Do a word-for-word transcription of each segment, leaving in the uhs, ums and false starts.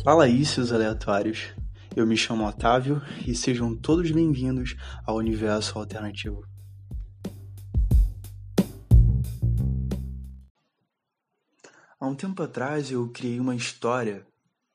Fala aí, seus aleatórios. Eu me chamo Otávio e sejam todos bem-vindos ao Universo Alternativo. Há um tempo atrás eu criei uma história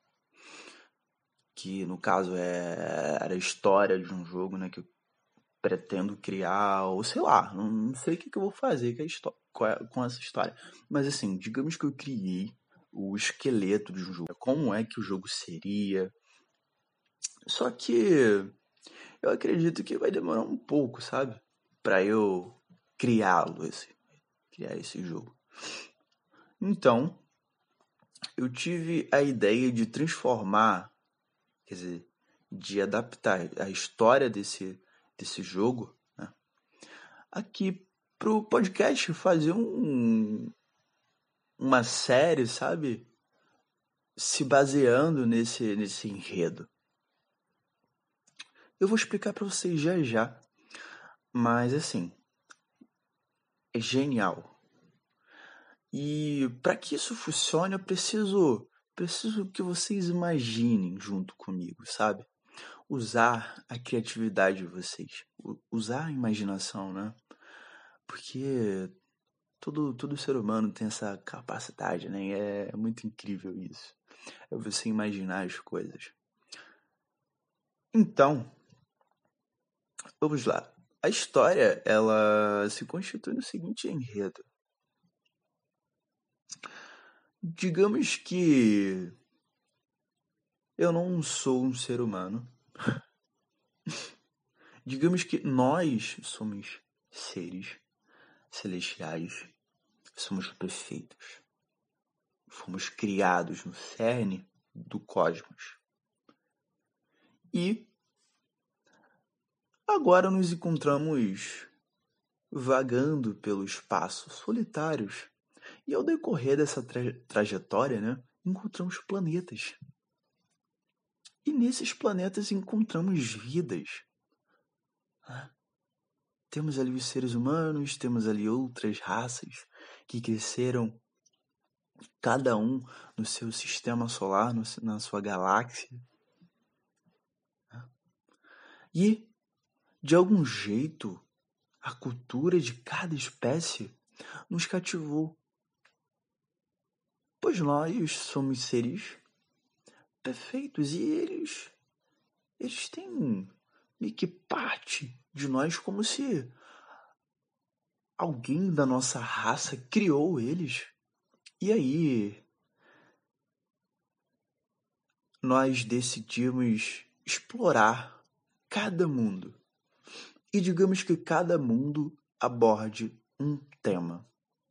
que, no caso, é... era a história de um jogo, né, que eu pretendo criar, ou sei lá, não sei o que, que eu vou fazer com, a histó- com a- com essa história. Mas assim, digamos que eu criei o esqueleto de um jogo. Como é que o jogo seria? Só que eu acredito que vai demorar um pouco, sabe? Pra eu criá-lo, esse, criar esse jogo. Então, eu tive a ideia de transformar, quer dizer, de adaptar a história desse, desse jogo, né, aqui pro podcast, fazer um, uma série, sabe? Se baseando nesse, nesse enredo. Eu vou explicar pra vocês já já, mas assim, é genial. E para que isso funcione, eu preciso, preciso que vocês imaginem junto comigo, sabe? Usar a criatividade de vocês, u- usar a imaginação, né? Porque todo, todo ser humano tem essa capacidade, né? E é muito incrível isso. É você imaginar as coisas. Então, vamos lá. A história, ela se constitui no seguinte enredo. Digamos que eu não sou um ser humano. Digamos que nós somos seres celestiais, somos perfeitos. Fomos criados no cerne do cosmos. E agora nos encontramos vagando pelo espaço solitários. E ao decorrer dessa tra trajetória, né, encontramos planetas. E nesses planetas encontramos vidas. Né? Temos ali os seres humanos, temos ali outras raças que cresceram, cada um no seu sistema solar, no, na sua galáxia. E, de algum jeito, a cultura de cada espécie nos cativou. Pois nós somos seres perfeitos e eles, eles têm meio que parte de nós, como se alguém da nossa raça criou eles. E aí nós decidimos explorar cada mundo. E digamos que cada mundo aborde um tema.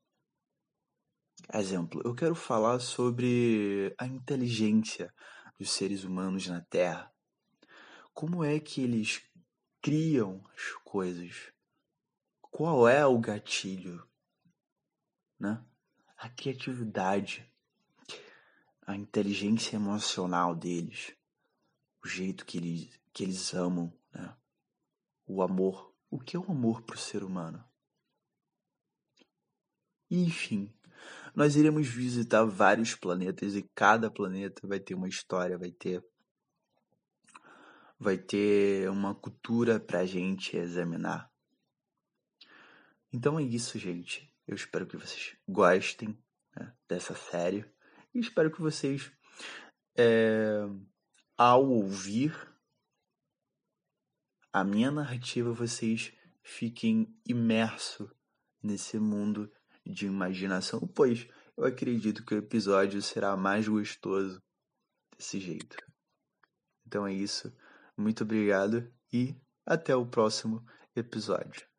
Exemplo, eu quero falar sobre a inteligência dos seres humanos na Terra. Como é que eles criam as coisas? Qual é o gatilho, né? A criatividade, a inteligência emocional deles, o jeito que eles, que eles amam, né? O amor. O que é o amor para o ser humano? Enfim, nós iremos visitar vários planetas e cada planeta vai ter uma história, vai ter vai ter uma cultura pra gente examinar. Então é isso, gente. Eu espero que vocês gostem, né, dessa série e espero que vocês, é, ao ouvir a minha narrativa, vocês fiquem imersos nesse mundo de imaginação, pois eu acredito que o episódio será mais gostoso desse jeito. Então é isso. Muito obrigado e até o próximo episódio.